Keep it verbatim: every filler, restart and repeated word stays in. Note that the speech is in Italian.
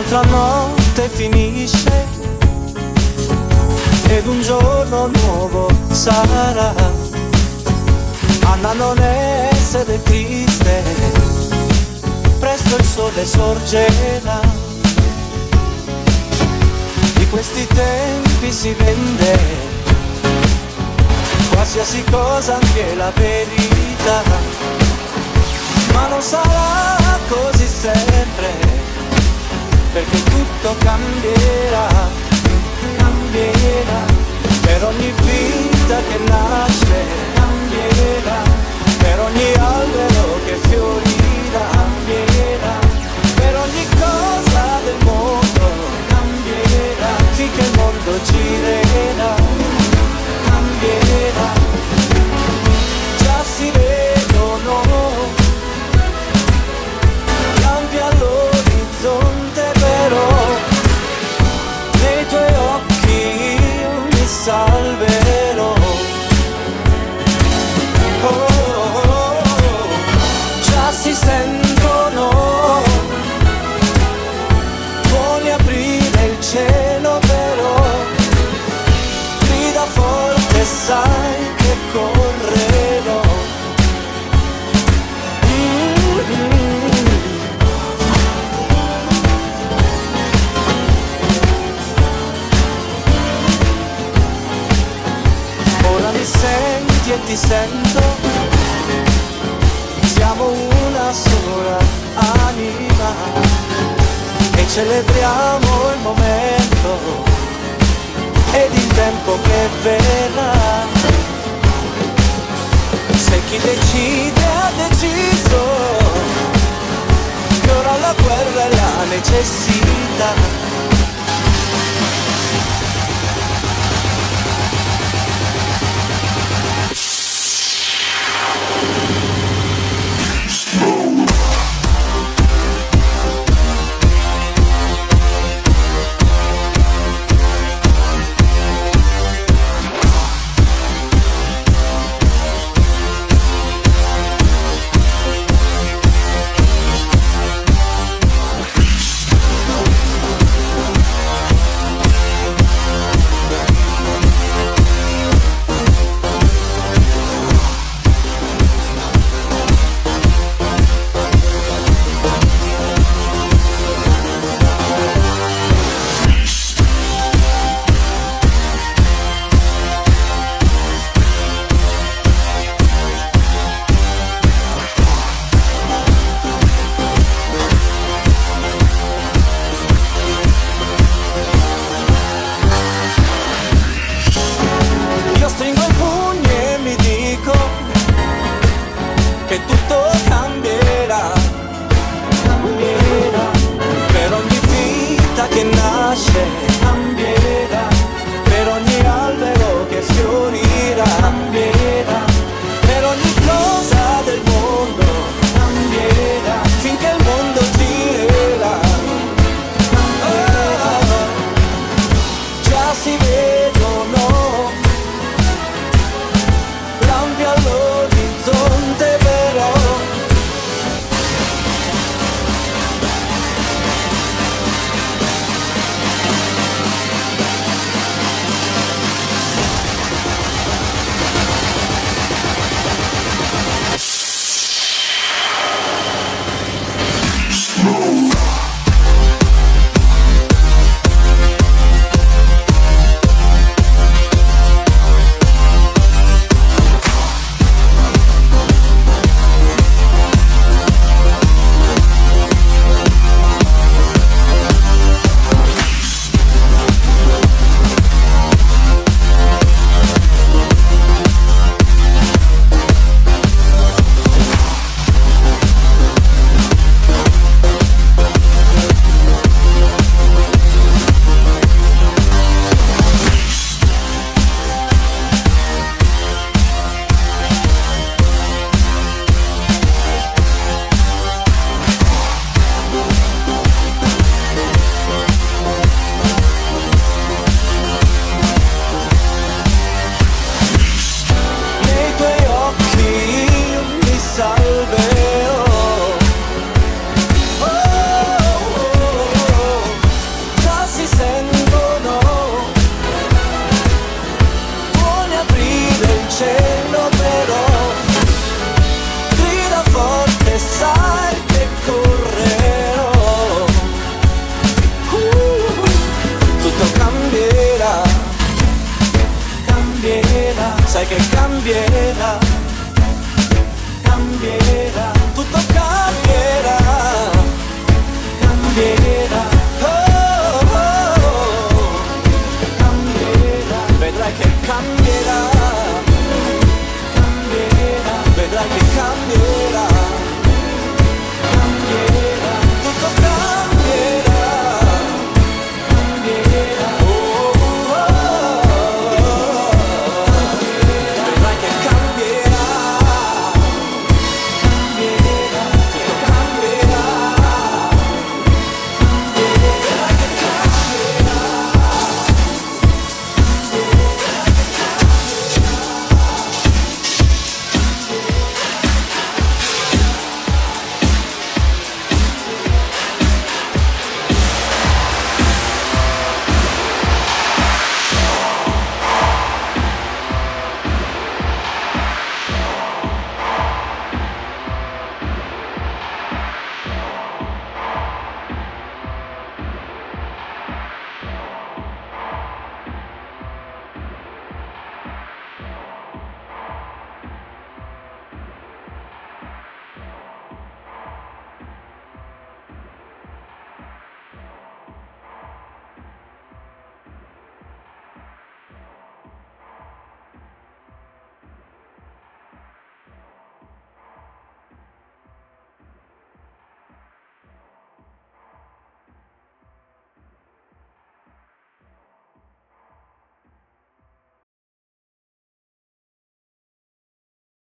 un'altra notte finisce ed un giorno nuovo sarà. Anna, non essere triste, presto il sole sorgerà. Di questi tempi si vende qualsiasi cosa, anche la verità, ma non sarà così sempre, perché tutto cambierà, cambierà, per ogni vita che nasce, cambierà, per ogni albero che fiorirà, cambierà, per ogni cosa del mondo, cambierà, finché il mondo girerà, cambierà, già si vedono campi all'orizzonte, però nei tuoi occhi io mi salverò. Oh, oh, oh, già si sentono vuoi aprire il cielo, però grida forte, sai che correrò. Mi senti e ti sento, siamo una sola anima e celebriamo il momento ed il tempo che verrà. Se chi decide ha deciso che ora la guerra è la necessità. cambierà, cambierà.